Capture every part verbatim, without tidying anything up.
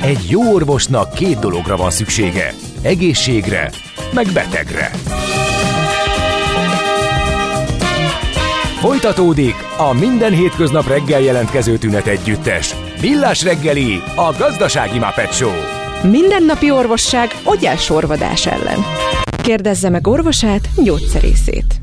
Egy jó orvosnak két dologra van szüksége. Egészségre, meg betegre. Folytatódik a minden hétköznap reggel jelentkező tünet együttes. Millás reggeli, a gazdasági Muppet Show. Mindennapi orvosság ogyásorvadás ellen. Kérdezze meg orvosát, gyógyszerészét.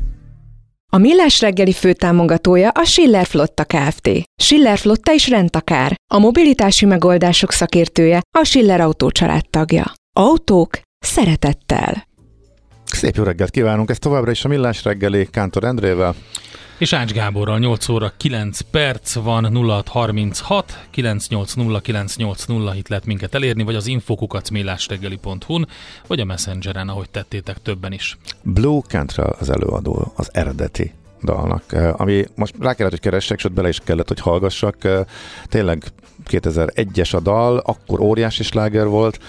A Millás reggeli főtámogatója a Schiller Flotta Kft. Schiller Flotta is rendtakár. A mobilitási megoldások szakértője, a Schiller Autó család tagja. Autók szeretettel. Szép jó reggelt kívánunk, ez továbbra is a Millás reggeli Kántor Endrével. És Ács Gáborral. Nyolc óra kilenc perc van, nulla hat harminchat kilenc nyolc nulla kilenc nyolc nulla, itt lehet minket elérni, vagy az infokukac millásreggeli pont hu-n, vagy a Messengeren, ahogy tettétek többen is. Blue Cantrell az előadó, az eredeti dalnak, ami most rá kellett, hogy keressek, sőt bele is kellett, hogy hallgassak. Tényleg kétezer-egyes a dal, akkor óriási sláger volt,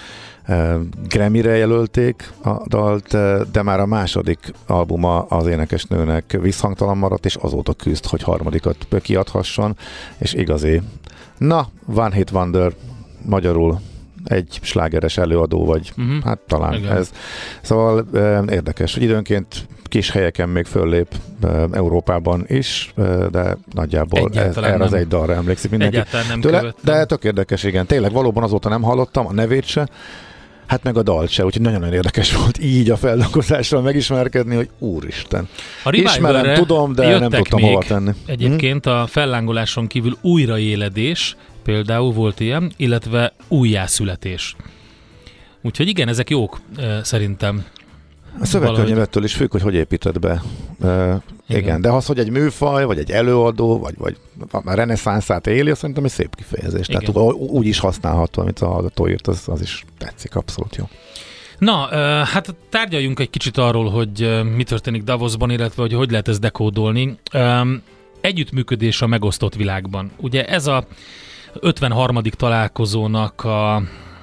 Grammy-re jelölték a dalt, de már a második albuma az énekesnőnek visszhangtalan maradt, és azóta küzd, hogy harmadikat kiadhasson, és igazi. Na, One Hit Wonder, magyarul egy slágeres előadó, vagy uh-huh. hát talán igen. Ez. Szóval érdekes, hogy időnként kis helyeken még föllép Európában is, de nagyjából ez, erre az egy dalra emlékszik mindenki. Egyáltalán nem Tőle, de tök érdekes, igen. Tényleg valóban azóta nem hallottam, a nevét se, hát meg a dalt se, úgyhogy nagyon-nagyon érdekes volt így a feldolgozással megismerkedni, hogy úristen. Ismerem, tudom, de nem tudtam hova tenni. Egyébként a fellángoláson kívül újraéledés, például volt ilyen, illetve újjászületés. Úgyhogy igen, ezek jók szerintem. A szövegkörnyevettől is függ, hogy hogy építed be. Uh, igen. igen, de az, hogy egy műfaj, vagy egy előadó, vagy, vagy a reneszánszát éli, azt szerintem egy szép kifejezés. Igen. Tehát úgy is használható, amit a hallgató írt, az, az is tetszik, abszolút jó. Na, hát tárgyaljunk egy kicsit arról, hogy mi történik Davosban, illetve hogy hogy lehet ezt dekódolni. Együttműködés a megosztott világban. Ugye ez a ötvenharmadik találkozónak a,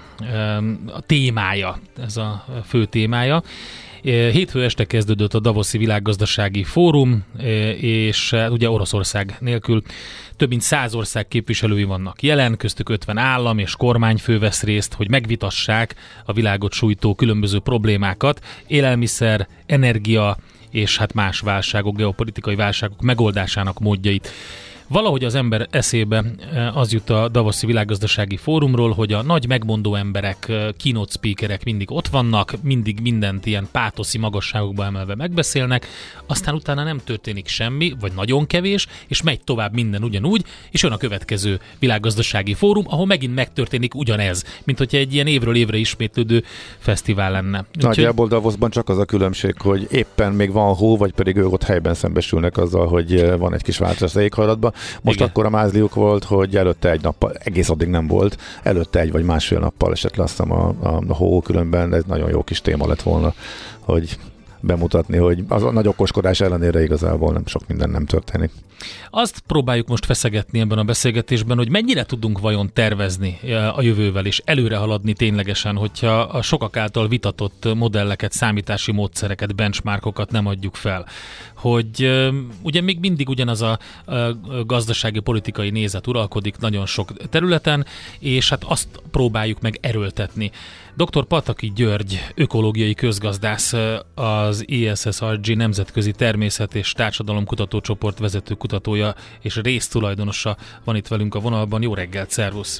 a témája, ez a fő témája. Hétfő este kezdődött a Davoszi Világgazdasági Fórum, és ugye Oroszország nélkül több mint száz ország képviselői vannak jelen, köztük ötven állam és kormányfő vesz részt, hogy megvitassák a világot sújtó különböző problémákat, élelmiszer, energia és hát más válságok, geopolitikai válságok megoldásának módjait. Valahogy az ember eszébe az jut a Davoszi Világgazdasági Fórumról, hogy a nagy megmondó emberek, keynote speakerek mindig ott vannak, mindig mindent ilyen pátoszi magasságokba emelve megbeszélnek, aztán utána nem történik semmi, vagy nagyon kevés, és megy tovább minden ugyanúgy, és jön a következő Világgazdasági Fórum, ahol megint megtörténik ugyanez, mint hogyha egy ilyen évről évre ismétlődő fesztivál lenne. Nagyjából Davosban csak az a különbség, hogy éppen még van hó, vagy pedig ők ott helyben szembesülnek azzal, hogy van egy kis változás az éghajlatban. Most igen. Akkor a mázliuk volt, hogy előtte egy nappal, egész addig nem volt, előtte egy vagy másfél nappal esett le aztán a, a, a hó, különben ez nagyon jó kis téma lett volna, hogy bemutatni, hogy az a nagy okoskodás ellenére igazából nem sok minden nem történik. Azt próbáljuk most feszegetni ebben a beszélgetésben, hogy mennyire tudunk vajon tervezni a jövővel, és előre haladni ténylegesen, hogyha a sokak által vitatott modelleket, számítási módszereket, benchmarkokat nem adjuk fel. Hogy ugye még mindig ugyanaz a, a gazdasági politikai nézet uralkodik nagyon sok területen, és hát azt próbáljuk meg erőltetni. doktor Pataki György, ökológiai közgazdász, az I S S R G Nemzetközi Természet és Társadalomkutatócsoport vezető kutatója és résztulajdonosa van itt velünk a vonalban. Jó reggelt, szervusz!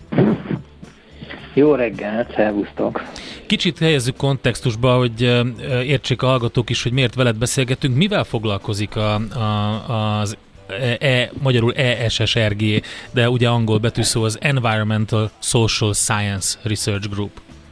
Jó reggelt, szervusztok! Kicsit helyezzük kontextusba, hogy értsék a hallgatók is, hogy miért veled beszélgetünk. Mivel foglalkozik a, a, az E, magyarul E S S R G, de ugye angol betűszó az Environmental Social Science Research Group?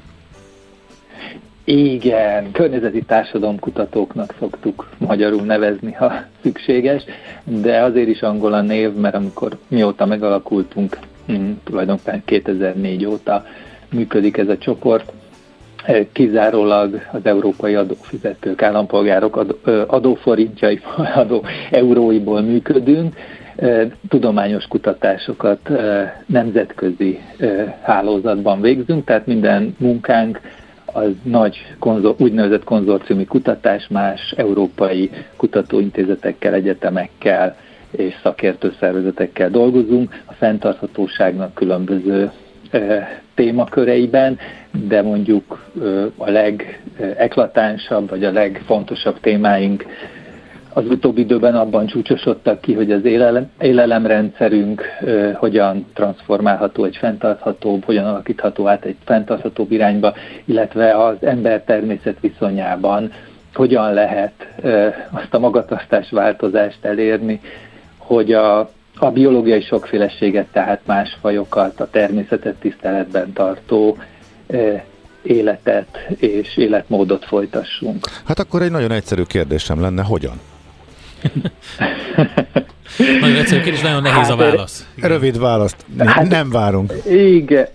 Igen, környezeti társadalomkutatóknak szoktuk magyarul nevezni, ha szükséges, de azért is angol a név, mert amikor mióta megalakultunk, hm, tulajdonképpen kétezer-négy óta működik ez a csoport, kizárólag az európai adófizetők, állampolgárok adó, adóforintjai, adó euróiból működünk, tudományos kutatásokat nemzetközi hálózatban végzünk, tehát minden munkánk az nagy konzor, úgynevezett konzorciumi kutatás, más európai kutatóintézetekkel, egyetemekkel és szakértőszervezetekkel dolgozunk. A fenntarthatóságnak különböző témaköreiben, de mondjuk a legeklatánsabb, vagy a legfontosabb témáink az utóbbi időben abban csúcsosodtak ki, hogy az élelem, élelemrendszerünk uh, hogyan transformálható egy fenntarthatóbb, hogyan alakítható át egy fenntarthatóbb irányba, illetve az ember-természet viszonyában hogyan lehet uh, azt a magatartás változást elérni, hogy a, a biológiai sokféleséget, tehát más fajokat, a természetet tiszteletben tartó uh, életet és életmódot folytassunk. Hát akkor egy nagyon egyszerű kérdésem lenne, hogyan? Nagyon egyszerű kérdés, nagyon nehéz hát, a válasz. Igen. Rövid választ, hát, nem várunk. Igen.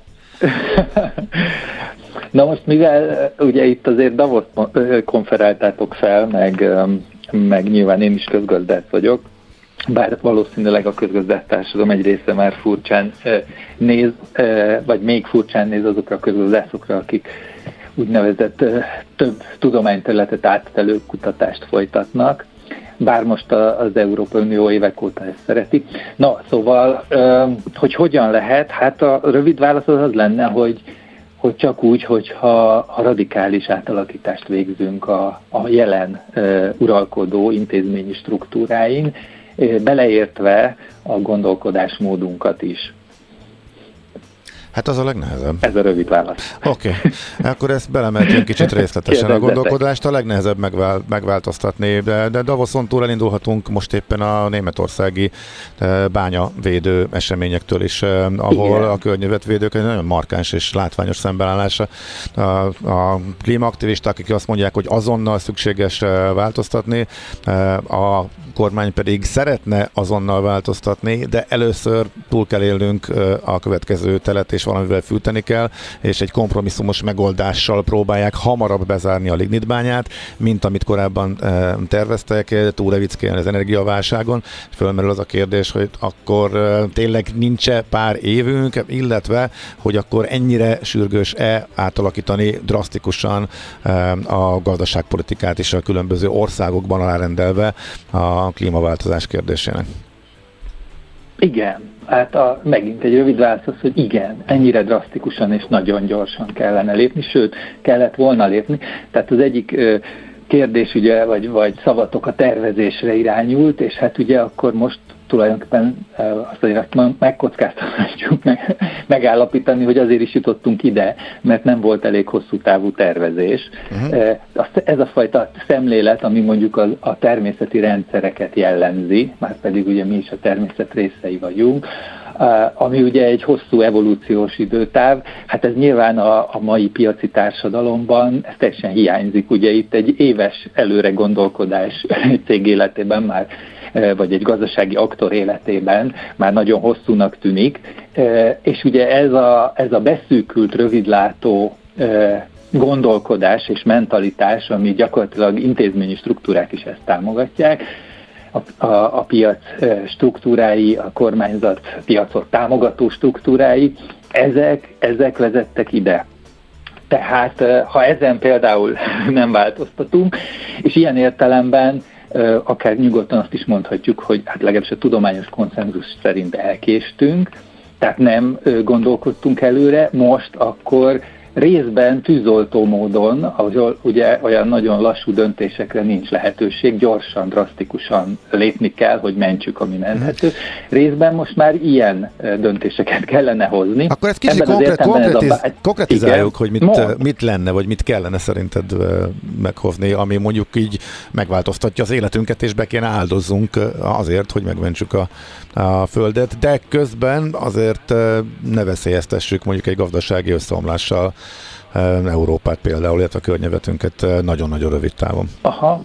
Na most, mivel ugye itt azért Davos konferáltátok fel, meg, meg nyilván én is közgazdász vagyok, bár valószínűleg a közgazdásztársadalom egy része már furcsán néz, vagy még furcsán néz azokra a közgazdászokra, akik úgynevezett több tudományterületet áttelő kutatást folytatnak, bár most az Európai Unió évek óta ezt szereti. Na, szóval, hogy hogyan lehet? Hát a rövid válasz az az lenne, hogy, hogy csak úgy, hogyha a radikális átalakítást végzünk a, a jelen uralkodó intézményi struktúráin, beleértve a gondolkodásmódunkat is. Hát az a legnehezebb. Ez a rövid válasz. Oké, okay. Akkor ezt belemeltünk kicsit részletesen a gondolkodást. A legnehezebb megvál, megváltoztatni, de, de Davoson túl elindulhatunk most éppen a németországi bányavédő eseményektől is, ahol igen, a környezetvédők egy nagyon markáns és látványos szembenállása. A, a klímaaktivisták, akik azt mondják, hogy azonnal szükséges változtatni, a kormány pedig szeretne azonnal változtatni, de először túl kell élnünk a következő telet, és valamivel fűteni kell, és egy kompromisszumos megoldással próbálják hamarabb bezárni a lignitbányát, mint amit korábban e, terveztek, túl levickélni az energiaválságon. Fölmerül az a kérdés, hogy akkor e, tényleg nincs-e pár évünk, illetve, hogy akkor ennyire sürgős-e átalakítani drasztikusan e, a gazdaságpolitikát is a különböző országokban alárendelve a klímaváltozás kérdésének. Igen, hát a, megint egy rövid válasz az, hogy igen, ennyire drasztikusan és nagyon gyorsan kellene lépni, sőt, kellett volna lépni. Tehát az egyik ö, kérdés, ugye, vagy, vagy szavatok a tervezésre irányult, és hát ugye akkor most tulajdonképpen azt azért megkockáztatjuk, meg, megállapítani, hogy azért is jutottunk ide, mert nem volt elég hosszú távú tervezés. Uh-huh. Ez a fajta szemlélet, ami mondjuk a, a természeti rendszereket jellemzi, már pedig ugye mi is a természet részei vagyunk, ami ugye egy hosszú evolúciós időtáv, hát ez nyilván a, a mai piaci társadalomban ez teljesen hiányzik. Ugye itt egy éves előre gondolkodás egy cég életében már, vagy egy gazdasági aktor életében már nagyon hosszúnak tűnik, és ugye ez a, ez a beszűkült, rövidlátó gondolkodás és mentalitás, ami gyakorlatilag intézményi struktúrák is ezt támogatják, a, a, a piac struktúrái, a kormányzat piacot támogató struktúrái, ezek, ezek vezettek ide. Tehát ha ezen például nem változtatunk, és ilyen értelemben akár nyugodtan azt is mondhatjuk, hogy hát legalábbis a tudományos konszenzus szerint elkéstünk, tehát nem gondolkodtunk előre, most akkor részben tűzoltó módon, ahol ugye olyan nagyon lassú döntésekre nincs lehetőség, gyorsan, drasztikusan lépni kell, hogy mentsük, ami menthető. Részben most már ilyen döntéseket kellene hozni. Akkor ezt kicsit konkrét, konkrétiz, a... konkrétizáljuk, hogy mit, mit lenne, vagy mit kellene szerinted meghozni, ami mondjuk így megváltoztatja az életünket, és be kéne áldozzunk azért, hogy megmentsük a, a Földet, de közben azért ne veszélyeztessük mondjuk egy gazdasági összeomlással Európát például, illetve a környezetünket nagyon-nagyon rövid távon. Aha.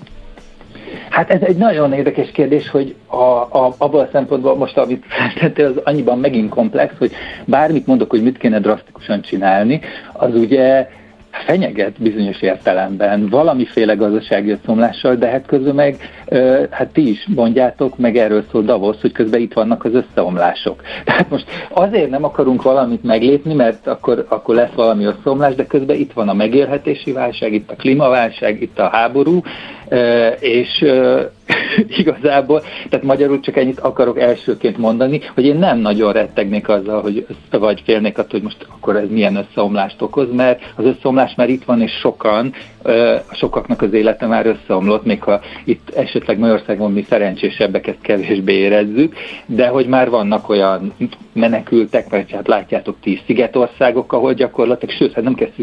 Hát ez egy nagyon érdekes kérdés, hogy a, a, abban a szempontból most, amit feltettél, az annyiban megint komplex, hogy bármit mondok, hogy mit kéne drasztikusan csinálni, az ugye fenyeget bizonyos értelemben valamiféle gazdasági összeomlással, de hát közben meg, hát ti is mondjátok, meg erről szól Davos, hogy közben itt vannak az összeomlások. Tehát most azért nem akarunk valamit meglépni, mert akkor, akkor lesz valami összeomlás, de közben itt van a megélhetési válság, itt a klímaválság, itt a háború, és, igazából, tehát magyarul csak ennyit akarok elsőként mondani, hogy én nem nagyon rettegnék azzal, hogy vagy félnék attól, hogy most akkor ez milyen összeomlást okoz, mert az összeomlás már itt van, és sokan, sokaknak az élete már összeomlott, még ha itt esetleg Magyarországon mi szerencsésebbeket kevésbé érezzük, de hogy már vannak olyan menekültek, mert hát látjátok ti szigetországok, ahol gyakorlatilag, sőt, hát nem kell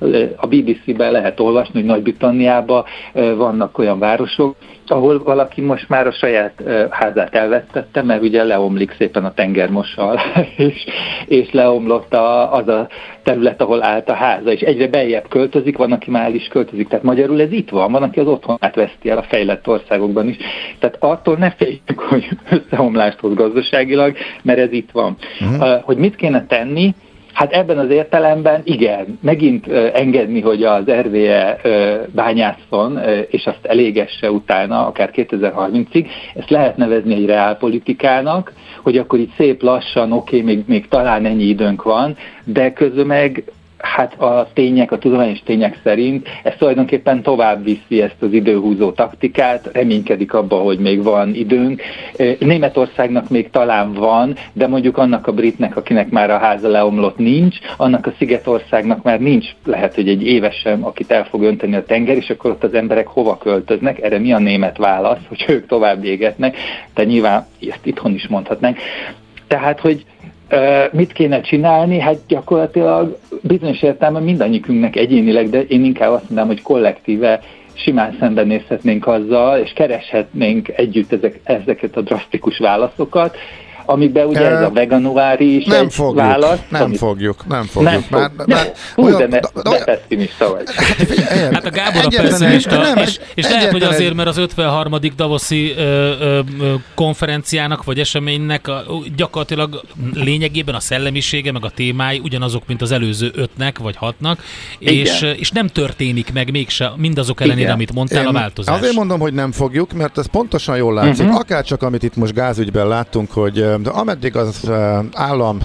a bé bé cé-ben lehet olvasni, hogy Nagy-Britanniában vannak olyan városok, ahol valaki most már a saját uh, házát elvesztette, mert ugye leomlik szépen a tengermossal, és, és leomlott a, az a terület, ahol állt a háza, és egyre beljebb költözik, van, aki már is költözik. Tehát magyarul ez itt van, van, aki az otthonát veszti el a fejlett országokban is. Tehát attól ne féljünk, hogy összeomlást hoz gazdaságilag, mert ez itt van. Uh-huh. Uh, hogy mit kéne tenni? Hát ebben az értelemben igen, megint uh, engedni, hogy az er vé e uh, bányásszon, uh, és azt elégesse utána, akár kétezer-harmincig, ezt lehet nevezni egy reálpolitikának, hogy akkor itt szép lassan, oké, okay, még, még talán ennyi időnk van, de közben meg hát a tények, a tudományos tények szerint ez tulajdonképpen tovább viszi ezt az időhúzó taktikát, reménykedik abba, hogy még van időnk. Németországnak még talán van, de mondjuk annak a britnek, akinek már a háza leomlott, nincs, annak a Szigetországnak már nincs, lehet, hogy egy éves sem, akit el fog önteni a tenger, és akkor ott az emberek hova költöznek? Erre mi a német válasz, hogy ők tovább égetnek, de nyilván ezt itthon is mondhatnánk. Tehát, hogy mit kéne csinálni? Hát gyakorlatilag bizonyos értelemben mindannyiunknak egyénileg, de én inkább azt mondanám, hogy kollektíve simán szembenézhetnénk azzal, és kereshetnénk együtt ezek, ezeket a drasztikus válaszokat, amiben ugye ez a veganuári is nem egy fogjuk, válasz. Nem amit... fogjuk, nem fogjuk. Nem fog. Már, már, Hú, olyan, de, ne, de pessimista vagy. Hát a Gábor a pessimista, és, és lehet, hogy azért, mert az ötvenharmadik Davoszi ö, ö, ö, konferenciának vagy eseménynek a, gyakorlatilag lényegében a szellemisége meg a témái ugyanazok, mint az előző ötnek vagy hatnak, és, és nem történik meg mégse mindazok ellenére, igen, amit mondtál, én a változás. Azért mondom, hogy nem fogjuk, mert ez pontosan jól látszik. Uh-huh. Akárcsak, amit itt most gázügyben láttunk, hogy de ameddig az állam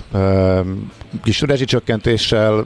kis rezsicsökkentéssel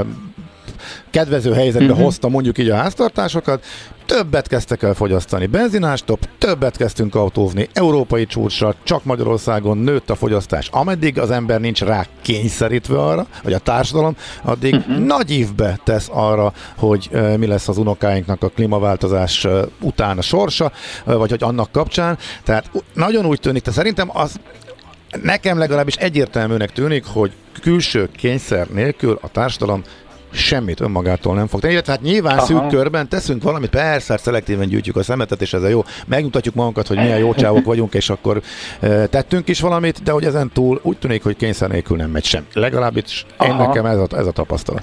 kedvező helyzetbe uh-huh. hozta mondjuk így a háztartásokat, többet kezdtek el fogyasztani benzinástop, többet kezdtünk autózni európai csúcsra, csak Magyarországon nőtt a fogyasztás. Ameddig az ember nincs rá kényszerítve arra, vagy a társadalom, addig uh-huh. nagy ívbe tesz arra, hogy uh, mi lesz az unokáinknak a klímaváltozás uh, után a sorsa, uh, vagy hogy annak kapcsán. Tehát uh, nagyon úgy tűnik, de szerintem az nekem legalábbis egyértelműnek tűnik, hogy külső kényszer nélkül a társadalom semmit önmagától nem fog tenni. Illetve hát nyilván aha. szűk körben teszünk valamit, persze szelektíven gyűjtjük a szemetet, és ez a jó. Megmutatjuk magunkat, hogy milyen jó csávok vagyunk, és akkor e, tettünk is valamit, de hogy ezen túl úgy tűnik, hogy kényszer nélkül nem megy sem. Legalábbis aha. én nekem ez a, ez a tapasztalat.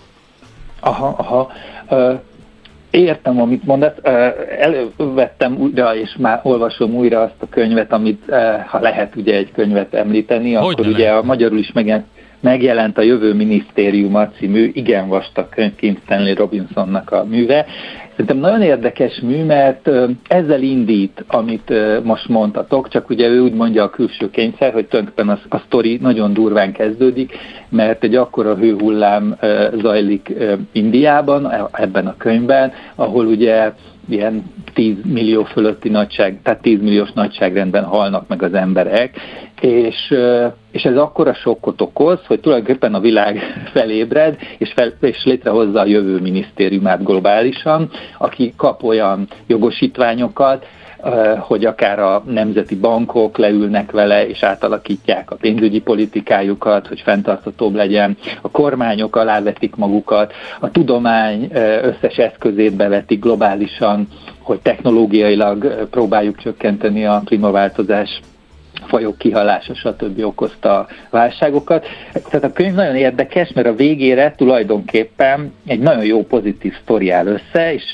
Aha, aha. Uh... Értem, amit mondasz. Elővettem újra, és már olvasom újra azt a könyvet, amit, ha lehet ugye egy könyvet említeni, hogy akkor ugye lehet. A magyarul is megjelent, megjelent a Jövő Minisztériuma című igen vastag könyv, Kim Stanley Robinsonnak a műve. Szerintem nagyon érdekes mű, mert ezzel indít, amit most mondtatok, csak ugye ő úgy mondja a külső kényszer, hogy tulajdonképpen a, a sztori nagyon durván kezdődik, mert egy akkora hőhullám zajlik Indiában, ebben a könyvben, ahol ugye ilyen tíz millió fölötti nagyság, tehát tíz milliós nagyságrendben halnak meg az emberek, és, és ez akkora sokkot okoz, hogy tulajdonképpen a világ felébred, és, fel, és létrehozza a Jövő Minisztériumát globálisan, aki kap olyan jogosítványokat, hogy akár a nemzeti bankok leülnek vele, és átalakítják a pénzügyi politikájukat, hogy fenntarthatóbb legyen, a kormányok alávetik magukat, a tudomány összes eszközét bevetik globálisan, hogy technológiailag próbáljuk csökkenteni a klímaváltozás fajok kihalása, stb. Okozta válságokat. Tehát a könyv nagyon érdekes, mert a végére tulajdonképpen egy nagyon jó pozitív sztori áll össze, és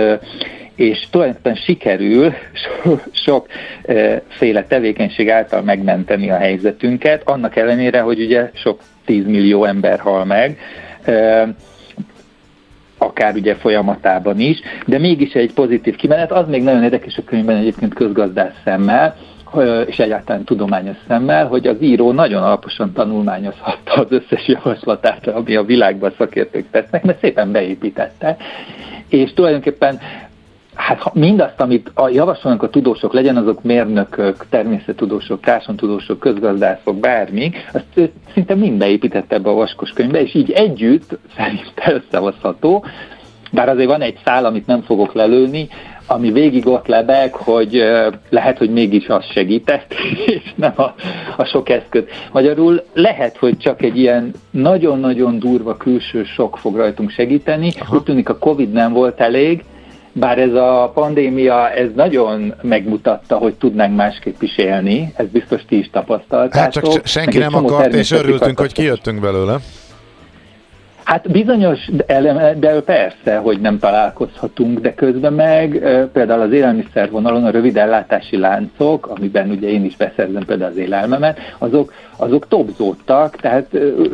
és tulajdonképpen sikerül so, sokféle tevékenység által megmenteni a helyzetünket, annak ellenére, hogy ugye sok tízmillió ember hal meg, akár ugye folyamatában is, de mégis egy pozitív kimenet. Az még nagyon érdekes a könyvben egyébként közgazdász szemmel, és egyáltalán tudományos szemmel, hogy az író nagyon alaposan tanulmányozhatta az összes javaslatát, ami a világban szakértők tesznek, mert szépen beépítette, és tulajdonképpen Hát mindazt, amit a javasolnak a tudósok, legyen azok mérnökök, természettudósok, társadalomtudósok, közgazdászok, bármi, azt szinte mind beépített ebbe a vaskos könyvbe, és így együtt szerintem összehozható, bár azért van egy szál, amit nem fogok lelőni, ami végig ott lebeg, hogy lehet, hogy mégis az segített, és nem a, a sok eszköz. Magyarul lehet, hogy csak egy ilyen nagyon-nagyon durva külső sok fog rajtunk segíteni. Aha. Úgy tűnik, a Covid nem volt elég, bár ez a pandémia, ez nagyon megmutatta, hogy tudnánk másképp is élni, ez biztos ti is tapasztaltátok. Hát csak senki nem akart, és örültünk, hogy kijöttünk belőle. Hát bizonyos elemek, persze, hogy nem találkozhatunk, de közben meg például az élelmiszervonalon a rövid ellátási láncok, amiben ugye én is beszerzem például az élelmemet, azok, azok topzódtak, tehát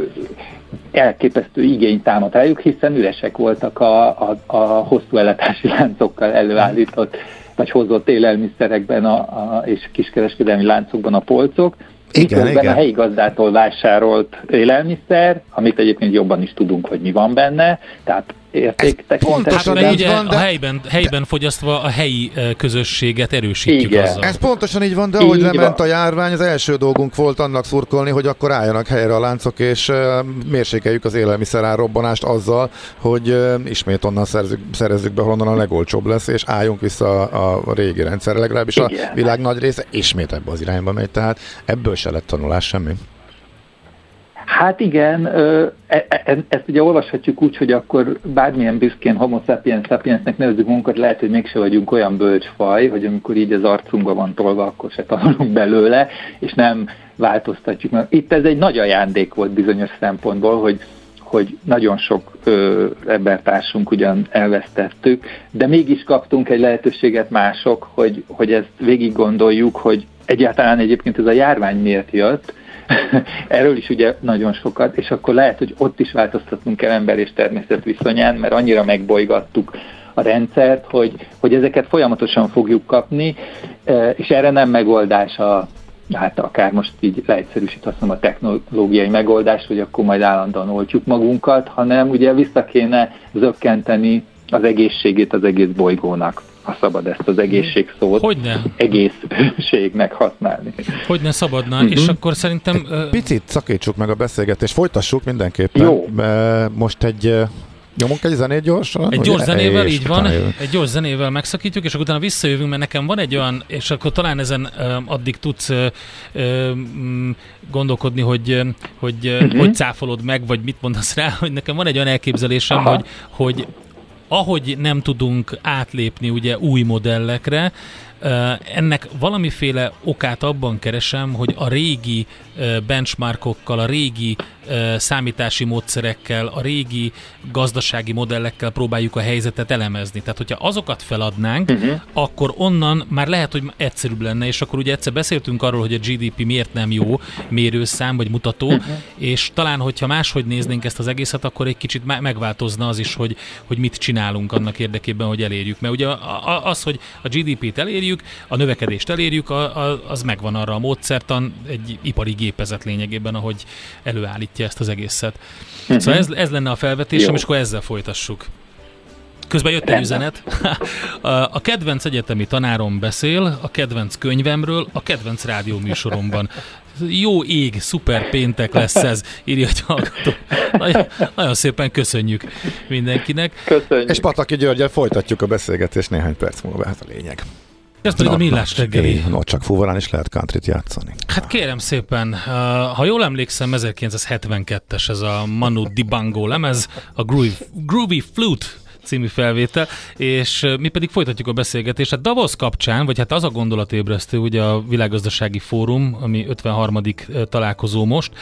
elképesztő igény támadt rájuk, hiszen üresek voltak a, a, a hosszú ellátási láncokkal előállított vagy hozott élelmiszerekben a, a, és kiskereskedelmi láncokban a polcok. Igen, miközben igen. A helyi gazdától vásárolt élelmiszer, amit egyébként jobban is tudunk, hogy mi van benne, tehát értéktekintetben. Hát ugye van, de... a helyben, helyben fogyasztva a helyi közösséget erősítjük igen. azzal. Ez pontosan így van, de ahogy lement a járvány, az első dolgunk volt annak szurkolni, hogy akkor álljanak helyre a láncok, és uh, mérsékeljük az élelmiszer árrobbanást azzal, hogy uh, ismét onnan szerezzük, szerezzük be, honnan a legolcsóbb lesz, és álljunk vissza a, a régi rendszerre, legalábbis igen. A világ nagy része ismét ebbe az irányba megy, tehát ebből se lett tanulás semmi. Hát igen, e, e, ezt ugye olvashatjuk úgy, hogy akkor bármilyen büszkén homo sapiens sapiensnek nevezzük munkat, lehet, hogy mégse vagyunk olyan bölcsfaj, hogy amikor így az arcunkba van tolva, akkor se tanulunk belőle, és nem változtatjuk meg. Itt ez egy nagy ajándék volt bizonyos szempontból, hogy, hogy nagyon sok ö, embertársunk ugyan elvesztettük, de mégis kaptunk egy lehetőséget mások, hogy, hogy ezt végig gondoljuk, hogy egyáltalán egyébként ez a járvány miért jött. Erről is ugye nagyon sokat, és akkor lehet, hogy ott is változtatnunk kell ember és természet viszonyán, mert annyira megbolygattuk a rendszert, hogy, hogy ezeket folyamatosan fogjuk kapni, és erre nem megoldás a, hát akár most így leegyszerűsít azt mondom, a technológiai megoldás, hogy akkor majd állandóan oltjuk magunkat, hanem ugye vissza kéne zökkenteni az egészségét az egész bolygónak. Ha szabad ezt az egészség szót Hogyne? egészségnek használni. Hogyne szabadna, uh-huh. és akkor szerintem... Egy picit szakítsuk meg a beszélgetést, folytassuk mindenképpen. Jó. Most egy... Nyomunk egy zenét gyorsan? Egy gyors zenével, így van, jövünk. egy gyors zenével megszakítjuk, és akkor utána visszajövünk, mert nekem van egy olyan, és akkor talán ezen uh, addig tudsz uh, um, gondolkodni, hogy, hogy, uh-huh. hogy cáfolod meg, vagy mit mondasz rá, hogy nekem van egy olyan elképzelésem, Aha. hogy, hogy ahogy nem tudunk átlépni ugye új modellekre, ennek valamiféle okát abban keresem, hogy a régi benchmarkokkal, a régi számítási módszerekkel, a régi gazdasági modellekkel próbáljuk a helyzetet elemezni. Tehát, hogyha azokat feladnánk, uh-huh. akkor onnan már lehet, hogy egyszerűbb lenne, és akkor ugye egyszer beszéltünk arról, hogy a gé dé pé miért nem jó mérőszám vagy mutató, uh-huh. és talán, hogyha máshogy néznénk ezt az egészet, akkor egy kicsit megváltozna az is, hogy, hogy mit csinálunk annak érdekében, hogy elérjük. Mert ugye az, hogy a gé dé pét elérjük, a növekedést elérjük, az megvan arra a módszertan, egy ipari gépezet lényegében, ahogy előállítja ezt az egészet. Uh-huh. Szóval ez, ez lenne a felvetésem, Jó. és akkor ezzel folytassuk. Közben jött egy üzenet. A kedvenc egyetemi tanárom beszél a kedvenc könyvemről, a kedvenc rádióműsoromban. Jó ég, szuper péntek lesz ez, írja egy hallgató. Nagyon, nagyon szépen köszönjük mindenkinek. Köszönjük. És Pataki Györgyel folytatjuk a beszélgetést néhány perc múlva, hát a lényeg. Ez pedig a Millás reggeli. No, csak fuvarán is lehet countryt játszani. Hát kérem szépen, ha jól emlékszem, ezerkilencszázhetvenkettes ez a Manu Dibango lemez, a Groovy, Groovy Flute című felvétel, és mi pedig folytatjuk a beszélgetést. Hát Davos kapcsán, vagy hát az a gondolatébresztő, ugye a Világgazdasági Fórum, ami ötvenharmadik találkozó most,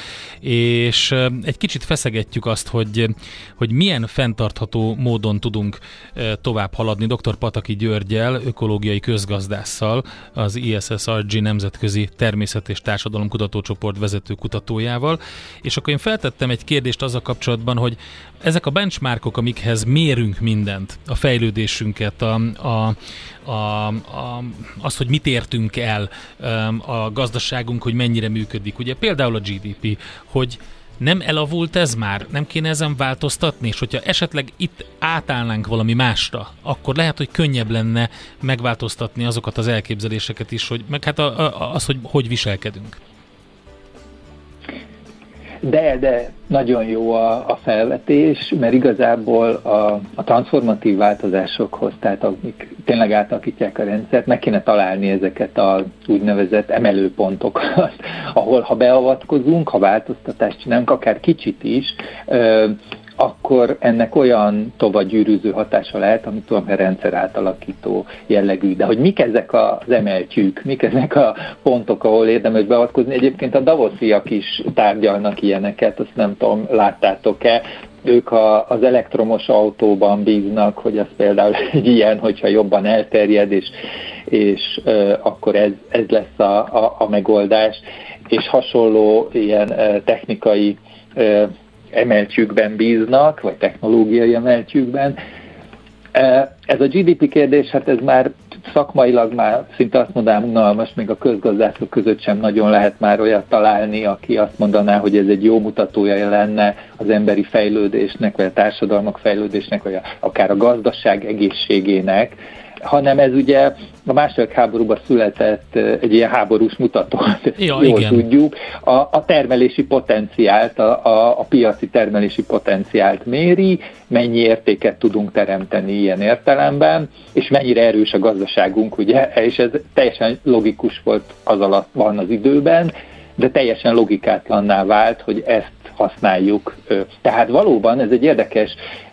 és egy kicsit feszegetjük azt, hogy, hogy milyen fenntartható módon tudunk tovább haladni doktor Pataki Györgyel, ökológiai közgazdásszal, az i es es er gé Nemzetközi Természet- és Társadalomkutatócsoport vezető kutatójával, és akkor én feltettem egy kérdést azzal kapcsolatban, hogy ezek a benchmarkok, amikhez mérünk mindent, a fejlődésünket, a, a, a, a, azt, hogy mit értünk el, a gazdaságunk, hogy mennyire működik. Ugye például a gé dé pé, hogy nem elavult ez már? Nem kéne ezen változtatni? És hogyha esetleg itt átállnánk valami másra, akkor lehet, hogy könnyebb lenne megváltoztatni azokat az elképzeléseket is, hogy meg hát a, a, az, hogy hogy viselkedünk. De, de nagyon jó a, a felvetés, mert igazából a, a transformatív változásokhoz, tehát amik tényleg átalakítják a rendszert, meg kéne találni ezeket az úgynevezett emelőpontokat, ahol ha beavatkozunk, ha változtatást csinálunk, akár kicsit is, akkor ennek olyan tovagyűrűző hatása lehet, amit tudom, hogy rendszer átalakító jellegű. De hogy mik ezek az emeltjük, mik ezek a pontok, ahol érdemes beavatkozni. Egyébként a davosziak is tárgyalnak ilyeneket, azt nem tudom, láttátok-e. Ők a, az elektromos autóban bíznak, hogy az például egy ilyen, hogyha jobban elterjed, és, és uh, akkor ez, ez lesz a, a, a megoldás. És hasonló ilyen uh, technikai uh, emeltjükben bíznak, vagy technológiai emeltjükben. Ez a gé dé pé kérdés, hát ez már szakmailag már szinte azt mondanám unalmas, még a közgazdászok között sem nagyon lehet már olyat találni, aki azt mondaná, hogy ez egy jó mutatója lenne az emberi fejlődésnek, vagy a társadalmak fejlődésnek, vagy a, akár a gazdaság egészségének, hanem ez ugye a második háborúban született egy ilyen háborús mutató, ja, jól igen. tudjuk, a, a termelési potenciált, a, a, a piaci termelési potenciált méri, mennyi értéket tudunk teremteni ilyen értelemben, és mennyire erős a gazdaságunk, ugye, és ez teljesen logikus volt az alatt van az időben, de teljesen logikátlanná vált, hogy ezt használjuk. Tehát valóban ez egy érdekes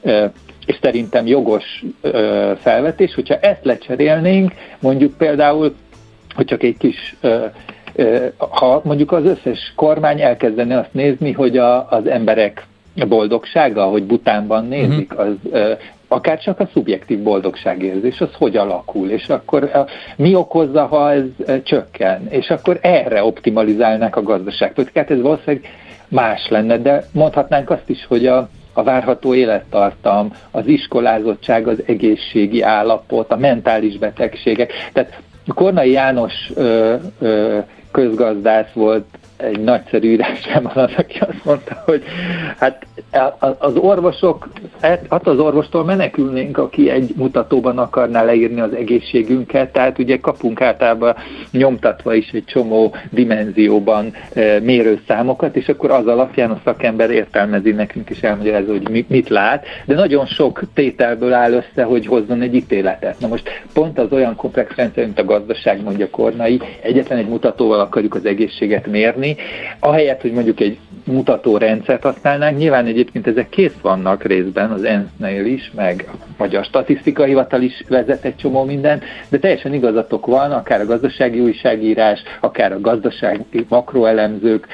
és szerintem jogos ö, felvetés, hogyha ezt lecserélnénk, mondjuk például, hogy csak egy kis, ö, ö, ha mondjuk az összes kormány elkezdene azt nézni, hogy a, az emberek boldogsága, hogy Butánban nézik, az ö, akár csak a szubjektív boldogságérzés, az hogy alakul, és akkor a, mi okozza, ha ez ö, csökken, és akkor erre optimalizálnák a gazdaságpolitikát, ez valószínűleg más lenne, de mondhatnánk azt is, hogy a a várható élettartam, az iskolázottság, az egészségi állapot, a mentális betegségek. Tehát Kornai János ö, ö, közgazdász volt egy nagyszerű írásában az, aki azt mondta, hogy hát az orvosok, hát az orvostól menekülnénk, aki egy mutatóban akarná leírni az egészségünket, tehát ugye kapunk általában nyomtatva is egy csomó dimenzióban mérőszámokat, és akkor az alapján a szakember értelmezi nekünk is elmagyarázza, hogy mit lát, de nagyon sok tételből áll össze, hogy hozzon egy ítéletet. Na most pont az olyan komplex rendszer, mint a gazdaság, mondja Kornai, egyetlen egy mutatóval akarjuk az egészséget mérni, ahelyett, hogy mondjuk egy mutatórendszert használnánk, nyilván egyébként ezek kész vannak részben, az en es zé-nél is, meg a Magyar Statisztikai Hivatal is vezet egy csomó mindent, de teljesen igazatok van, akár a gazdasági újságírás, akár a gazdasági makroelemzők,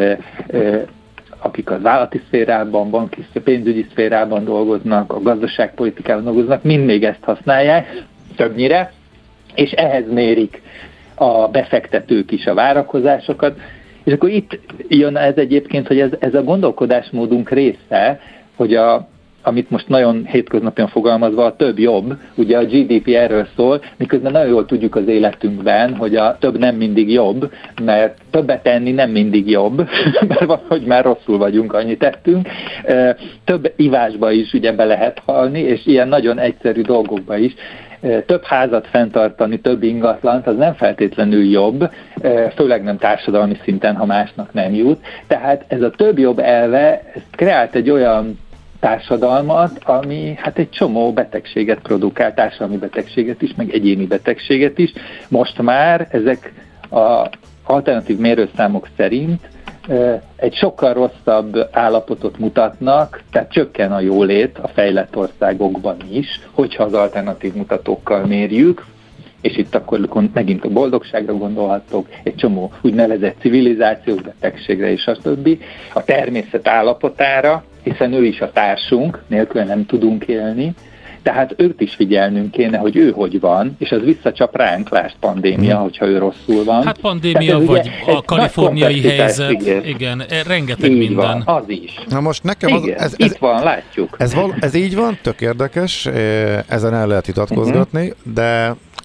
akik az állati szférában, banki, pénzügyi szférában dolgoznak, a gazdaságpolitikában dolgoznak, mind még ezt használják, többnyire, és ehhez mérik a befektetők is a várakozásokat, és akkor itt jön ez egyébként, hogy ez, ez a gondolkodásmódunk része, hogy a, amit most nagyon hétköznapian fogalmazva a több jobb, ugye a gé dé pé erről szól, miközben nagyon jól tudjuk az életünkben, hogy a több nem mindig jobb, mert többet tenni nem mindig jobb, mert van, hogy már rosszul vagyunk, annyit tettünk. Több ivásba is ugye be lehet halni, és ilyen nagyon egyszerű dolgokba is. Több házat fenntartani, több ingatlant, az nem feltétlenül jobb, főleg nem társadalmi szinten, ha másnak nem jut. Tehát ez a több jobb elve, ez kreált egy olyan társadalmat, ami hát egy csomó betegséget produkál, társadalmi betegséget is, meg egyéni betegséget is. Most már ezek az alternatív mérőszámok szerint egy sokkal rosszabb állapotot mutatnak, tehát csökken a jólét a fejlett országokban is, hogyha az alternatív mutatókkal mérjük, és itt akkor megint a boldogságra gondolhatok, egy csomó úgynevezett civilizációs betegségre és a többi, a természet állapotára, hiszen ő is a társunk, nélkül nem tudunk élni, tehát őt is figyelnünk kéne, hogy ő hogy van, és az visszacsap ránk, lásd pandémia, hogyha ő rosszul van. Hát pandémia, vagy ugye, a kaliforniai helyzet, igen, igen, rengeteg így minden. Van, az is. Na most nekem az, ez, ez, itt van, látjuk. Ez, val, ez így van, tök érdekes, ezen el lehet vitatkozgatni, uh-huh. de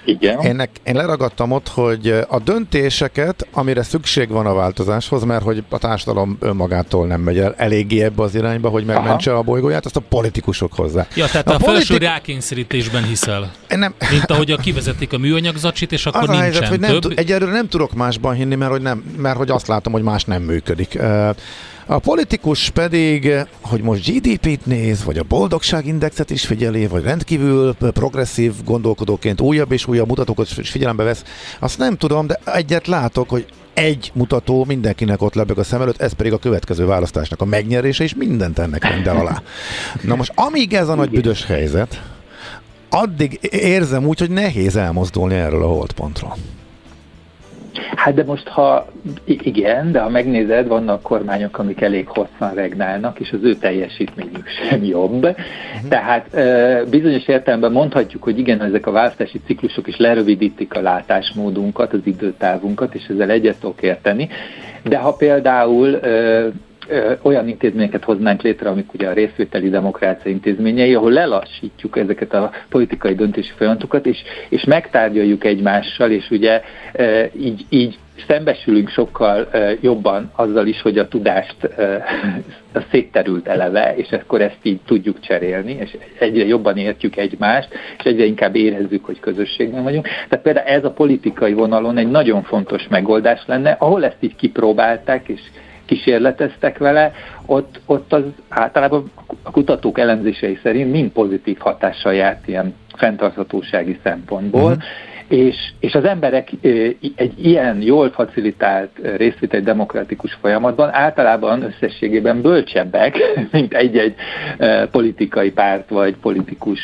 Igen. Én, én leragadtam ott, hogy a döntéseket, amire szükség van a változáshoz, mert hogy a társadalom önmagától nem megy el eléggé ebbe az irányba, hogy megmentse Aha. a bolygóját, azt a politikusok hozzá. Ja, tehát a, a politik... felső rákényszerítésben hiszel. Nem. Mint ahogy a kivezették a műanyag zacsit, és akkor az nincsen a helyzet, hogy nem több. T- egyelőre nem tudok másban hinni, mert hogy, nem, mert hogy azt látom, hogy más nem működik. A politikus pedig, hogy most gé dé pét néz, vagy a boldogságindexet is figyeli, vagy rendkívül progresszív gondolkodóként újabb és újabb mutatókat figyelembe vesz, azt nem tudom, de egyet látok, hogy egy mutató mindenkinek ott lebeg a szem előtt, ez pedig a következő választásnak a megnyerése, és mindent ennek rendel alá. Na most, amíg ez a nagy büdös helyzet, addig érzem úgy, hogy nehéz elmozdulni erről a holdpontról. Hát de most, ha igen, de ha megnézed, vannak kormányok, amik elég hosszan regnálnak, és az ő teljesítményük sem jobb. Uh-huh. Tehát bizonyos értelemben mondhatjuk, hogy igen, ezek a választási ciklusok is lerövidítik a látásmódunkat, az időtávunkat, és ezzel egyet tudok érteni. De ha például olyan intézményeket hoznánk létre, amik ugye a részvételi demokrácia intézményei, ahol lelassítjuk ezeket a politikai döntési folyamatokat, és, és megtárgyaljuk egymással, és ugye így, így szembesülünk sokkal jobban azzal is, hogy a tudást a szétterült eleve, és akkor ezt így tudjuk cserélni, és egyre jobban értjük egymást, és egyre inkább érezzük, hogy közösségben vagyunk. Tehát például ez a politikai vonalon egy nagyon fontos megoldás lenne, ahol ezt így kipróbálták, és kísérleteztek vele, ott, ott az általában a kutatók elemzései szerint mind pozitív hatással járt ilyen fenntarthatósági szempontból, uh-huh. és, és az emberek egy ilyen jól facilitált részvételi demokratikus folyamatban általában összességében bölcsebbek, mint egy-egy politikai párt vagy politikus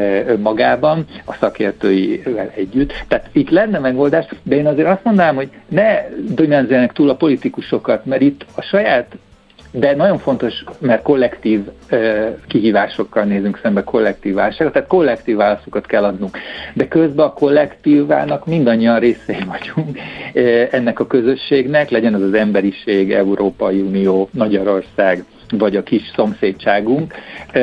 magában, a szakértőivel együtt. Tehát itt lenne megoldás, de én azért azt mondanám, hogy ne dimenzionálják túl a politikusokat, mert itt a saját, de nagyon fontos, mert kollektív uh, kihívásokkal nézünk szembe, kollektív válságot, tehát kollektív válaszokat kell adnunk. De közben a kollektívának mindannyian részei vagyunk uh, ennek a közösségnek, legyen az az emberiség, Európai Unió, Magyarország, vagy a kis szomszédságunk,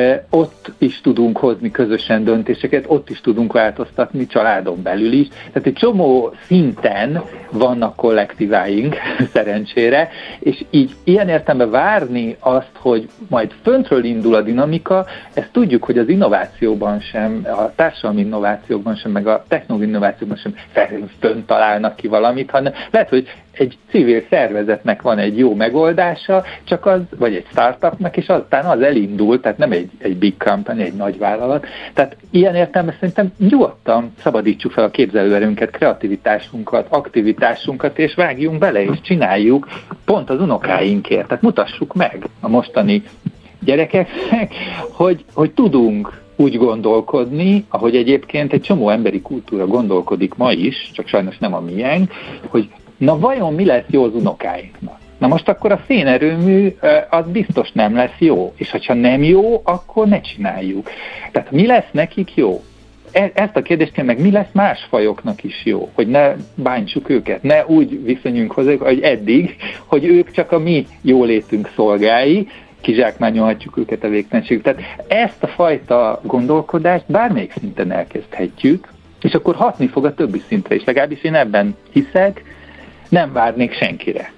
ott is tudunk hozni közösen döntéseket, ott is tudunk változtatni családon belül is. Tehát egy csomó szinten vannak kollektíváink, szerencsére, és így ilyen értelemben várni azt, hogy majd föntről indul a dinamika, ezt tudjuk, hogy az innovációban sem, a társadalmi innovációkban sem, meg a technológiai innovációkban sem fönt találnak ki valamit, hanem lehet, hogy egy civil szervezetnek van egy jó megoldása, csak az, vagy egy startupnak, és aztán az elindul, tehát nem egy, egy big company, egy nagy vállalat. Tehát ilyen értelemben szerintem nyugodtan szabadítsuk fel a képzelőerőnket, kreativitásunkat, aktivitásunkat, és vágjunk bele, és csináljuk pont az unokáinkért. Tehát mutassuk meg a mostani gyerekeknek, hogy, hogy tudunk úgy gondolkodni, ahogy egyébként egy csomó emberi kultúra gondolkodik ma is, csak sajnos nem a miénk, hogy na vajon mi lesz jó az unokáinknak? Na most akkor a szénerőmű az biztos nem lesz jó, és ha nem jó, akkor ne csináljuk. Tehát mi lesz nekik jó? Ezt a kérdést kell meg, mi lesz más fajoknak is jó, hogy ne bántsuk őket, ne úgy viszonyunk hozzá, hogy eddig, hogy ők csak a mi jólétünk szolgái, kizsákmányolhatjuk őket a végtelenség. Tehát ezt a fajta gondolkodást bármelyik szinten elkezdhetjük, és akkor hatni fog a többi szintre is. Legalábbis én ebben hiszek, nem várnék senkire.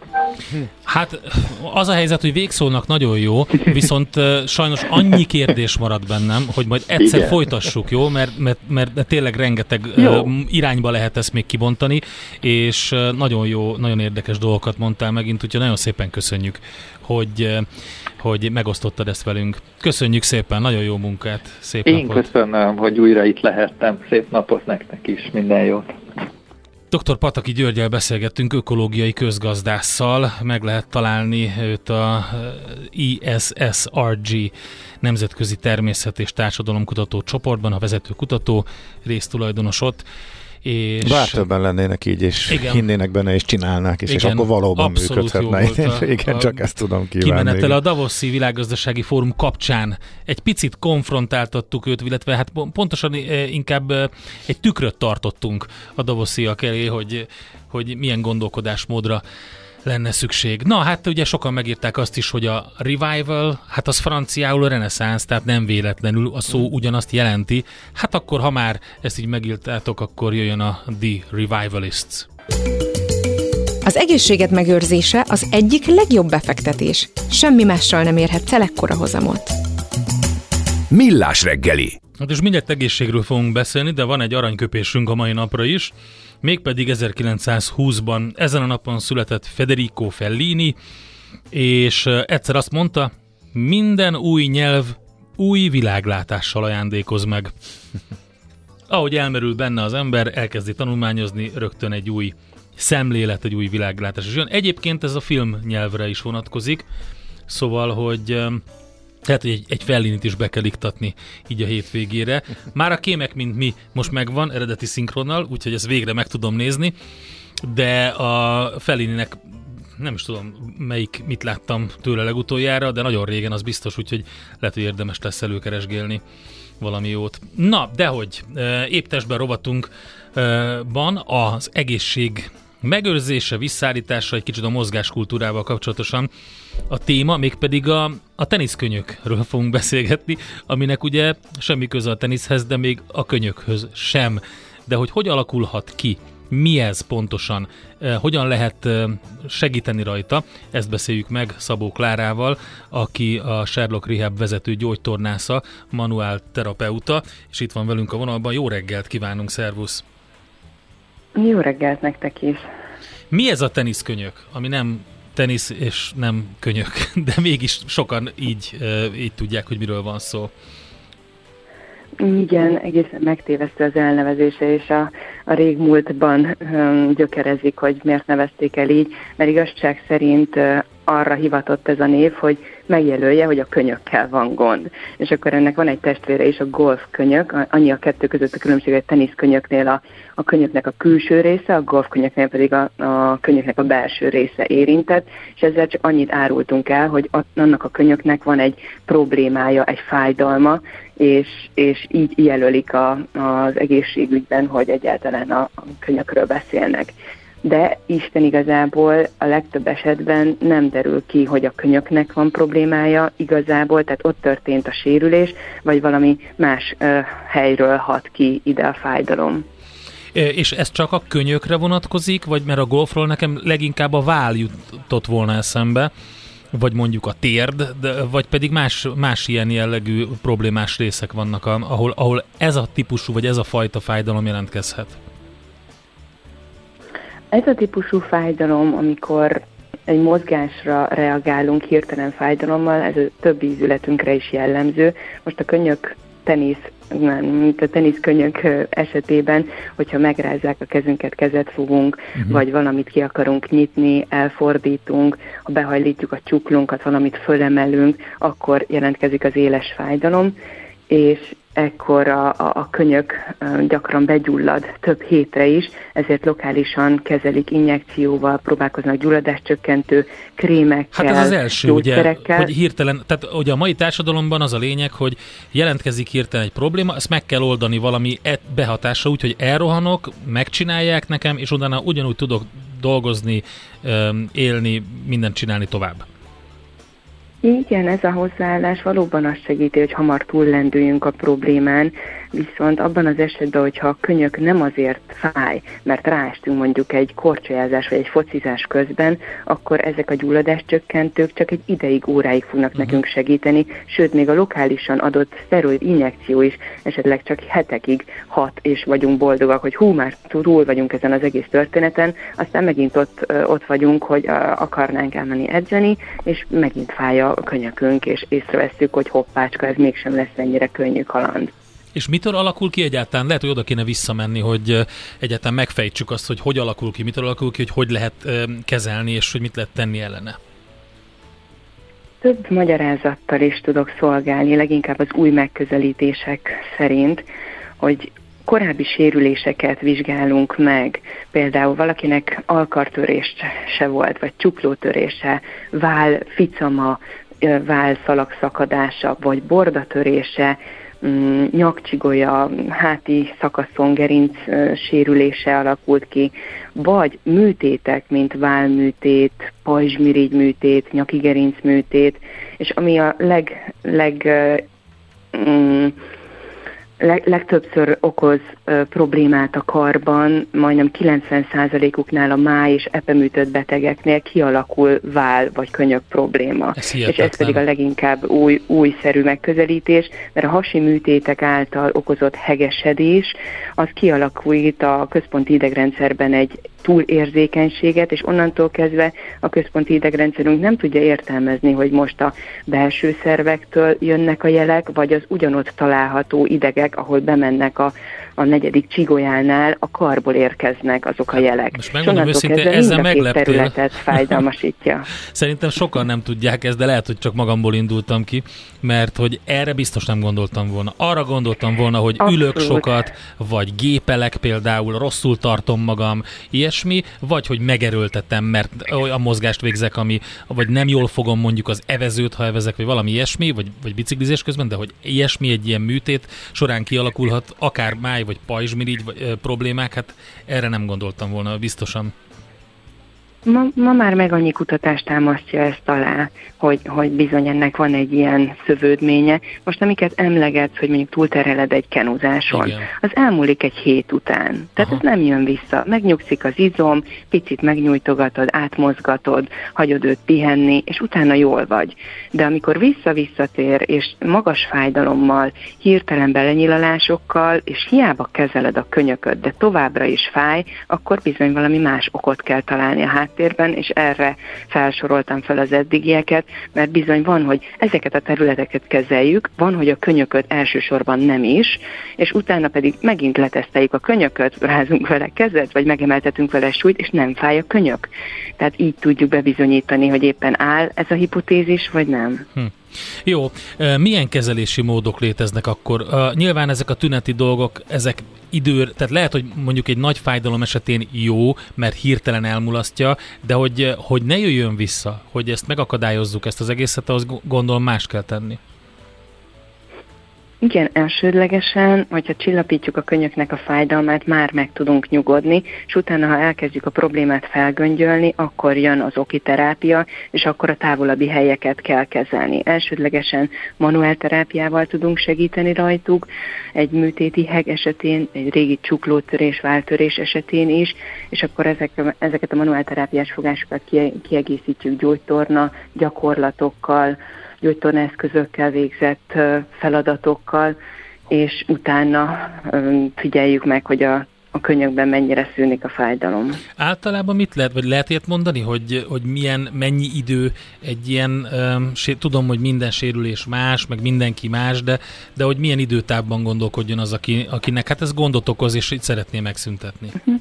Hát az a helyzet, hogy végszónak nagyon jó, viszont uh, sajnos annyi kérdés marad bennem, hogy majd egyszer Igen. folytassuk, jó? Mert, mert, mert tényleg rengeteg uh, irányba lehet ezt még kibontani, és uh, nagyon jó, nagyon érdekes dolgokat mondtál megint, úgyhogy nagyon szépen köszönjük, hogy, uh, hogy megosztottad ezt velünk. Köszönjük szépen, nagyon jó munkát, szép Én napot! Én köszönöm, hogy újra itt lehettem, szép napot nektek is, minden jót! doktor Pataki Györggyel beszélgettünk, ökológiai közgazdásszal, meg lehet találni őt a I S S R G Nemzetközi Természet és Társadalomkutató csoportban, a vezető kutató, résztulajdonos ott. És bár többen lennének így, és igen, hinnének benne, és csinálnák, és, és akkor valóban működhetne. Igen, csak ezt tudom kívánni. Kimenetele a Davoszi Világgazdasági Fórum kapcsán egy picit konfrontáltattuk őt, illetve hát pontosan inkább egy tükröt tartottunk a davosziak elé, hogy, hogy milyen gondolkodásmódra lenne szükség. Na, hát ugye sokan megírták azt is, hogy a revival, hát az franciául a reneszánsz, tehát nem véletlenül a szó ugyanazt jelenti. Hát akkor, ha már ezt így megírtátok, akkor jöjjön a The Revivalists. Az egészséged megőrzése az egyik legjobb befektetés. Semmi mással nem érhetsz el ekkora hozamot. Millás reggeli. Hát és mindjárt egészségről fogunk beszélni, de van egy aranyköpésünk a mai napra is. Mégpedig ezerkilencszázhúszban ezen a napon született Federico Fellini, és egyszer azt mondta, minden új nyelv új világlátással ajándékoz meg. Ahogy elmerül benne az ember, elkezdi tanulmányozni, rögtön egy új szemlélet, egy új világlátás. És egyébként ez a film nyelvre is vonatkozik, szóval, hogy tehát, hogy egy, egy Fellinit is be kell iktatni így a hétvégére. Már a Kémek, mint mi most megvan, eredeti szinkronnal, úgyhogy ezt végre meg tudom nézni, de a Fellininek nem is tudom, melyik, mit láttam tőle legutoljára, de nagyon régen, az biztos, úgyhogy lehet, hogy érdemes lesz előkeresgélni valami jót. Na, dehogy, épp testben rovatunkban az egészség megőrzése, visszaállítása, egy kicsit a mozgáskultúrával kapcsolatosan a téma, mégpedig a, a teniszkönyökről fogunk beszélgetni, aminek ugye semmi köze a teniszhez, de még a könyökhöz sem. De hogy hogy alakulhat ki, mi ez pontosan, eh, hogyan lehet eh, segíteni rajta, ezt beszéljük meg Szabó Klárával, aki a Sherlock Rehab vezető gyógytornásza, manuál terapeuta, és itt van velünk a vonalban. Jó reggelt kívánunk, szervusz! Jó reggelt nektek is! Mi ez a teniszkönyök, ami nem tenisz és nem könyök, de mégis sokan így, így tudják, hogy miről van szó? Igen, egészen megtévesztő az elnevezése, és a, a régmúltban um, gyökerezik, hogy miért nevezték el így, mert igazság szerint uh, arra hivatott ez a név, hogy megjelölje, hogy a könyökkel van gond. És akkor ennek van egy testvére is, a golfkönyök, annyi a kettő között a különbség, hogy a teniszkönyöknél a, a könyöknek a külső része, a golfkönyöknél pedig a, a könyöknek a belső része érintett, és ezzel csak annyit árultunk el, hogy annak a könyöknek van egy problémája, egy fájdalma, és, és így jelölik a, az egészségügyben, hogy egyáltalán a, a könyökről beszélnek. De Isten igazából a legtöbb esetben nem derül ki, hogy a könyöknek van problémája igazából, tehát ott történt a sérülés, vagy valami más uh, helyről hat ki ide a fájdalom. És ez csak a könyökre vonatkozik, vagy mert a golfról nekem leginkább a váll jutott volna eszembe, vagy mondjuk a térd, de, vagy pedig más, más ilyen jellegű problémás részek vannak, ahol, ahol ez a típusú, vagy ez a fajta fájdalom jelentkezhet. Ez a típusú fájdalom, amikor egy mozgásra reagálunk hirtelen fájdalommal, ez a többi ízületünkre is jellemző. Most a könyök tenisz, nem, mint a teniszkönyök esetében, hogyha megrázzák a kezünket, kezet fogunk, uh-huh. vagy valamit ki akarunk nyitni, elfordítunk, ha behajlítjuk a csuklunkat, valamit fölemelünk, akkor jelentkezik az éles fájdalom, és ekkor a, a, a könyök gyakran begyullad több hétre is, ezért lokálisan kezelik injekcióval, próbálkoznak gyulladáscsökkentő krémekkel, hát ez az első, ugye, hogy hirtelen, tehát ugye a mai társadalomban az a lényeg, hogy jelentkezik hirtelen egy probléma, ezt meg kell oldani valami behatása, úgyhogy elrohanok, megcsinálják nekem, és utána ugyanúgy tudok dolgozni, élni, mindent csinálni tovább. Igen, ez a hozzáállás valóban azt segíti, hogy hamar túllendüljünk a problémán, viszont abban az esetben, hogyha a könyök nem azért fáj, mert ráestünk mondjuk egy korcsolyázás vagy egy focizás közben, akkor ezek a gyulladáscsökkentők csak egy ideig, óráig fognak uh-huh. nekünk segíteni, sőt, még a lokálisan adott szteroid injekció is esetleg csak hetekig hat, és vagyunk boldogak, hogy hú, már túl vagyunk ezen az egész történeten, aztán megint ott, ott vagyunk, hogy akarnánk elmenni edzeni, és megint fáj a könyökünk, és észrevesszük, hogy hoppácska, ez mégsem lesz ennyire könnyű kaland. És mitől alakul ki egyáltalán? Lehet, hogy oda kéne visszamenni, hogy egyáltalán megfejtsük azt, hogy hogy alakul ki, mitől alakul ki, hogy hogy lehet kezelni, és hogy mit lehet tenni ellene. Több magyarázattal is tudok szolgálni, leginkább az új megközelítések szerint, hogy korábbi sérüléseket vizsgálunk meg, például valakinek alkartörés se volt, vagy csuklótörése, váll ficama, válszalag szakadása, vagy bordatörése, mm, nyakcsigolya, háti szakaszon gerinc sérülése alakult ki, vagy műtétek, mint válműtét, pajzsmirigy műtét, nyaki gerinc műtét, és ami a leg, leg mm, Leg, legtöbbször okoz ö, problémát a karban, majdnem kilencven százalékuknál a máj és epeműtött betegeknél kialakul vál vagy könyök probléma. Ez és ez pedig a leginkább új, újszerű megközelítés, mert a hasi műtétek által okozott hegesedés, az kialakít a központi idegrendszerben egy túlérzékenységet, és onnantól kezdve a központi idegrendszerünk nem tudja értelmezni, hogy most a belső szervektől jönnek a jelek, vagy az ugyanott található idegek, ahol bemennek a, a negyedik csigolyánál, a karból érkeznek azok a jelek. Most megmondom őszintén, ezzel megleptél. Területet fájdalmasítja. Szerintem sokan nem tudják ezt, de lehet, hogy csak magamból indultam ki, mert hogy erre biztos nem gondoltam volna. Arra gondoltam volna, hogy Abszolút. ülök sokat, vagy gépelek például, rosszul tartom magam, ilyesmi, vagy hogy megerőltetem, mert olyan mozgást végzek, ami, vagy nem jól fogom mondjuk az evezőt, ha evezek, vagy valami ilyesmi, vagy, vagy biciklizés közben, de hogy ilyesmi egy ilyen műtét során kialakulhat, akár máj, vagy pajzsmirigy vagy, ö, problémák, hát erre nem gondoltam volna, biztosan. Ma, ma már meg annyi kutatás támasztja ezt alá, hogy, hogy bizony ennek van egy ilyen szövődménye. Most amiket emlegetsz, hogy mondjuk túlterheled egy kenúzáson, Igen. az elmúlik egy hét után. Tehát Aha. ez nem jön vissza. Megnyugszik az izom, picit megnyújtogatod, átmozgatod, hagyod őt pihenni, és utána jól vagy. De amikor vissza-visszatér, és magas fájdalommal, hirtelen belenyilalásokkal, és hiába kezeled a könyököt, de továbbra is fáj, akkor bizony valami más okot kell találni a hát térben, és erre felsoroltam fel az eddigieket, mert bizony van, hogy ezeket a területeket kezeljük, van, hogy a könyököt elsősorban nem is, és utána pedig megint leteszteljük a könyököt, rázunk vele kezet, vagy megemeltetünk vele súlyt, és nem fáj a könyök. Tehát így tudjuk bebizonyítani, hogy éppen áll ez a hipotézis, vagy nem. Hm. Jó, milyen kezelési módok léteznek akkor? Uh, nyilván ezek a tüneti dolgok, ezek idő, tehát lehet, hogy mondjuk egy nagy fájdalom esetén jó, mert hirtelen elmulasztja, de hogy, hogy ne jöjjön vissza, hogy ezt megakadályozzuk, ezt az egészet, ahhoz gondolom más kell tenni. Igen, elsődlegesen, hogyha csillapítjuk a könyöknek a fájdalmát, már meg tudunk nyugodni, és utána, ha elkezdjük a problémát felgöngyölni, akkor jön az oki terápia, és akkor a távolabbi helyeket kell kezelni. Elsődlegesen manuál terápiával tudunk segíteni rajtuk, egy műtéti heg esetén, egy régi csuklótörés, váltörés esetén is, és akkor ezek, ezeket a manuál terápiás fogásokat kiegészítjük gyógytorna gyakorlatokkal, gyógytornaeszközökkel végzett feladatokkal, és utána figyeljük meg, hogy a, a könyökben mennyire szűnik a fájdalom. Általában mit lehet, vagy lehet ilyet mondani, hogy, hogy milyen, mennyi idő egy ilyen, um, sé, tudom, hogy minden sérülés más, meg mindenki más, de, de hogy milyen időtávban gondolkodjon az, aki, akinek hát ez gondot okoz, és itt szeretné megszüntetni? Uh-huh.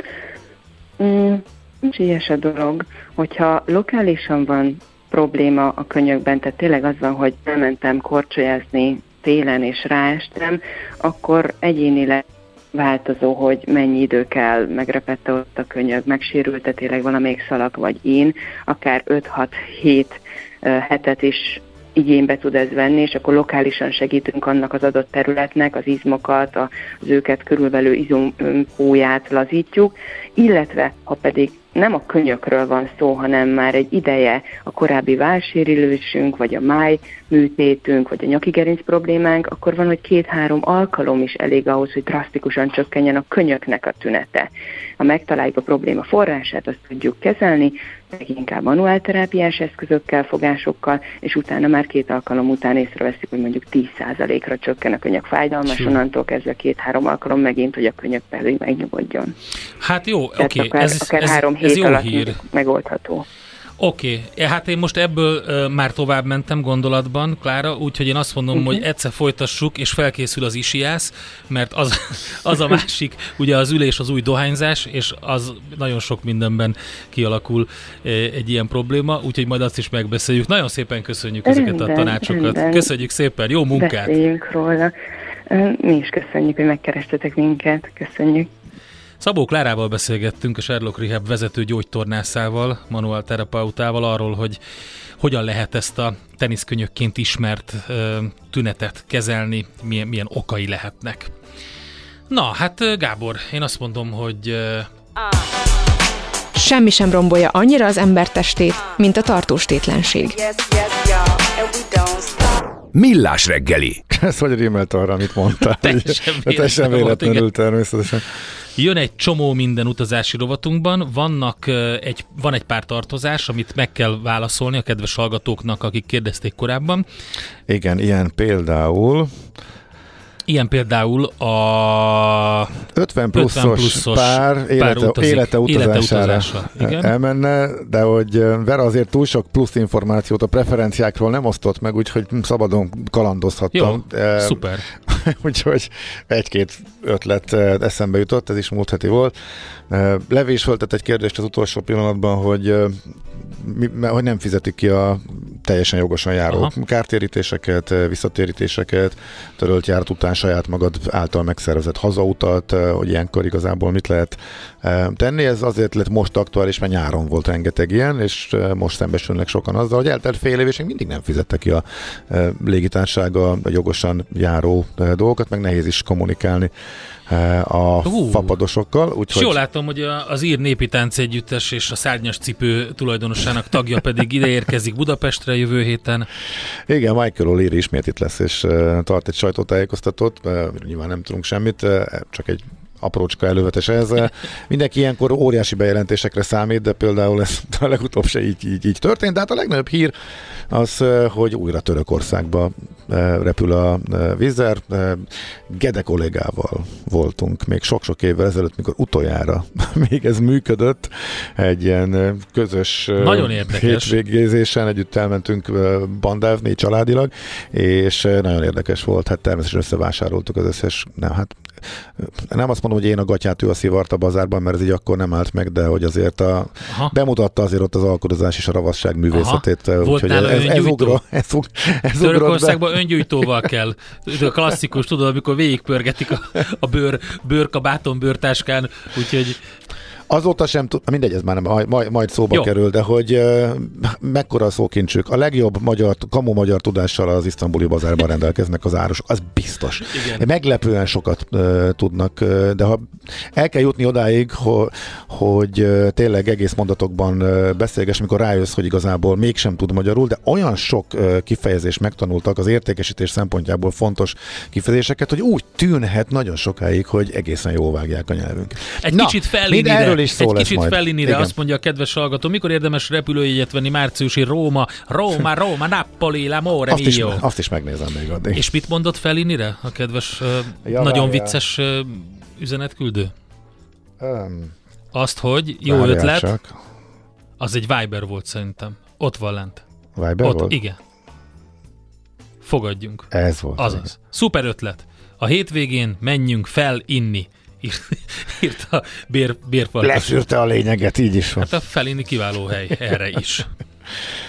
Mm, nincs ilyes a dolog, hogyha lokálisan van probléma a könyökben, tehát tényleg az van, hogy elmentem korcsolyázni télen és ráestem, akkor egyénileg változó, hogy mennyi idő kell, megrepette ott a könyök, megsérült-e tényleg valamelyik szalak vagy én, akár öt-hat-hét hetet is igénybe tud ez venni, és akkor lokálisan segítünk annak az adott területnek, az izmokat, az őket körülvelő izompóját lazítjuk, illetve ha pedig nem a könyökről van szó, hanem már egy ideje a korábbi válsérülésünk, vagy a máj műtétünk, vagy a nyaki gerinc problémánk, akkor van, hogy két-három alkalom is elég ahhoz, hogy drasztikusan csökkenjen a könyöknek a tünete. Ha megtaláljuk a probléma forrását, azt tudjuk kezelni, leginkább manuálterápiás eszközökkel, fogásokkal, és utána már két alkalom után észreveszik, hogy mondjuk tíz százalékra csökken a könyök fájdalma, és onnantól kezdve két-három alkalom megint, hogy a könyök pedig megnyugodjon. Hát jó, oké. Okay. Akár, ez, akár ez, három ez hét alatt hír. Megoldható. Oké, okay. Hát én most ebből uh, már tovább mentem gondolatban, Klára, úgyhogy én azt mondom, uh-huh. hogy egyszer folytassuk, és felkészül az isiász, mert az, az a másik, ugye az ülés az új dohányzás, és az nagyon sok mindenben kialakul uh, egy ilyen probléma, úgyhogy majd azt is megbeszéljük. Nagyon szépen köszönjük rendben, ezeket a tanácsokat. Rendben. Köszönjük szépen, jó munkát! Beszéljünk róla. Mi is köszönjük, hogy megkerestetek minket. Köszönjük. Szabó Klárával beszélgettünk, a Sherlock Rehab vezető gyógytornászával, manuálterapeutával arról, hogy hogyan lehet ezt a teniszkönyökként ismert ö, tünetet kezelni, milyen, milyen okai lehetnek. Na, hát Gábor, én azt mondom, hogy... Ö, Semmi sem rombolja annyira az ember testét, mint a tartós tétlenség. Millás reggeli. Ez hogy rímelt arra, amit mondtál. Teljesen véletlenül, véletlenül természetesen. Jön egy csomó minden utazási rovatunkban, vannak egy, van egy pár tartozás, amit meg kell válaszolni a kedves hallgatóknak, akik kérdezték korábban. Igen, ilyen például... Ilyen például a ötven pluszos, ötven pluszos pár, pár élete, utazik, élete utazására élete elmenne, de hogy Vera azért túl sok plusz információt a preferenciákról nem osztott meg, úgyhogy szabadon kalandozhattam. Jó, e, szuper. Úgyhogy egy-két ötlet eszembe jutott, ez is múlt heti volt. Levi is föltett egy kérdést az utolsó pillanatban, hogy, hogy nem fizetik ki a teljesen jogosan járó Aha. kártérítéseket, visszatérítéseket, törölt járat után saját magad által megszervezett hazautat, hogy ilyenkor igazából mit lehet tenni. Ez azért lett most aktuális, mert nyáron volt rengeteg ilyen, és most szembesülnek sokan azzal, hogy eltelt fél év, és még mindig nem fizette ki a légitársasága a jogosan járó dolgokat, meg nehéz is kommunikálni a uh, fapadosokkal. Úgy, és hogy... jól látom, hogy az Ír Népi Tánc Együttes és a Szárnyas Cipő tulajdonosának tagja pedig ide érkezik Budapestre jövő héten. Igen, Michael O'Leary ismét itt lesz, és tart egy sajtótájékoztatót. Nyilván nem tudunk semmit, csak egy aprócska elővetes ez. Mindenki ilyenkor óriási bejelentésekre számít, de például ez a legutóbb se így, így, így történt. De hát a legnagyobb hír az, hogy újra Törökországba repül a Wizz Air. Gede kollégával voltunk még sok-sok évvel ezelőtt, mikor utoljára még ez működött. Egy ilyen közös nagyon érdekes hétvégézésen együtt elmentünk bandázni családilag, és nagyon érdekes volt. Hát természetesen összevásároltuk az összes, nem, hát nem azt mondom, hogy én a gatyát, ő a szivart a bazárban, mert ez így akkor nem állt meg, de hogy azért a, bemutatta azért ott az alkodozás és a ravasság művészetét. Volt nála ez, ez, ugra, ez, ez Törökországban öngyújtóval kell. A klasszikus, tudod, amikor végigpörgetik a, a bőr, bőrkabáton, bőrtáskán, úgyhogy azóta sem tud, mindegy, ez már nem, majd, majd szóba Jó. kerül, de hogy uh, mekkora a szókincsük. A legjobb magyar, kamu magyar tudással az isztambuli bazárban rendelkeznek az árusok, az biztos. Igen. Meglepően sokat uh, tudnak, uh, de ha el kell jutni odáig, ho, hogy uh, tényleg egész mondatokban uh, beszélgess, amikor rájössz, hogy igazából mégsem tud magyarul, de olyan sok uh, kifejezést megtanultak az értékesítés szempontjából fontos kifejezéseket, hogy úgy tűnhet nagyon sokáig, hogy egészen jól vágják a nyelvünk. Egy Na, kicsit Fellinire, egy kicsit Fellinire azt mondja a kedves hallgató, mikor érdemes repülőjegyet venni márciusi Róma, Róma, Róma, Napoli, l'amore azt mio. Is, azt is megnézem még addig. És mit mondott Fellinire a kedves, ja, nagyon várjál. vicces uh, üzenetküldő? Um, azt, hogy jó ötlet, csak. Az egy Viber volt szerintem. Ott van lent. Viber Ott, volt? Igen. Fogadjunk. Ez volt. Azaz. Az. Szuper ötlet. A hétvégén menjünk fel inni. Írta bér, bérfarkas. Leszűrte a lényeget, így is van. Hát a felinni kiváló hely erre is.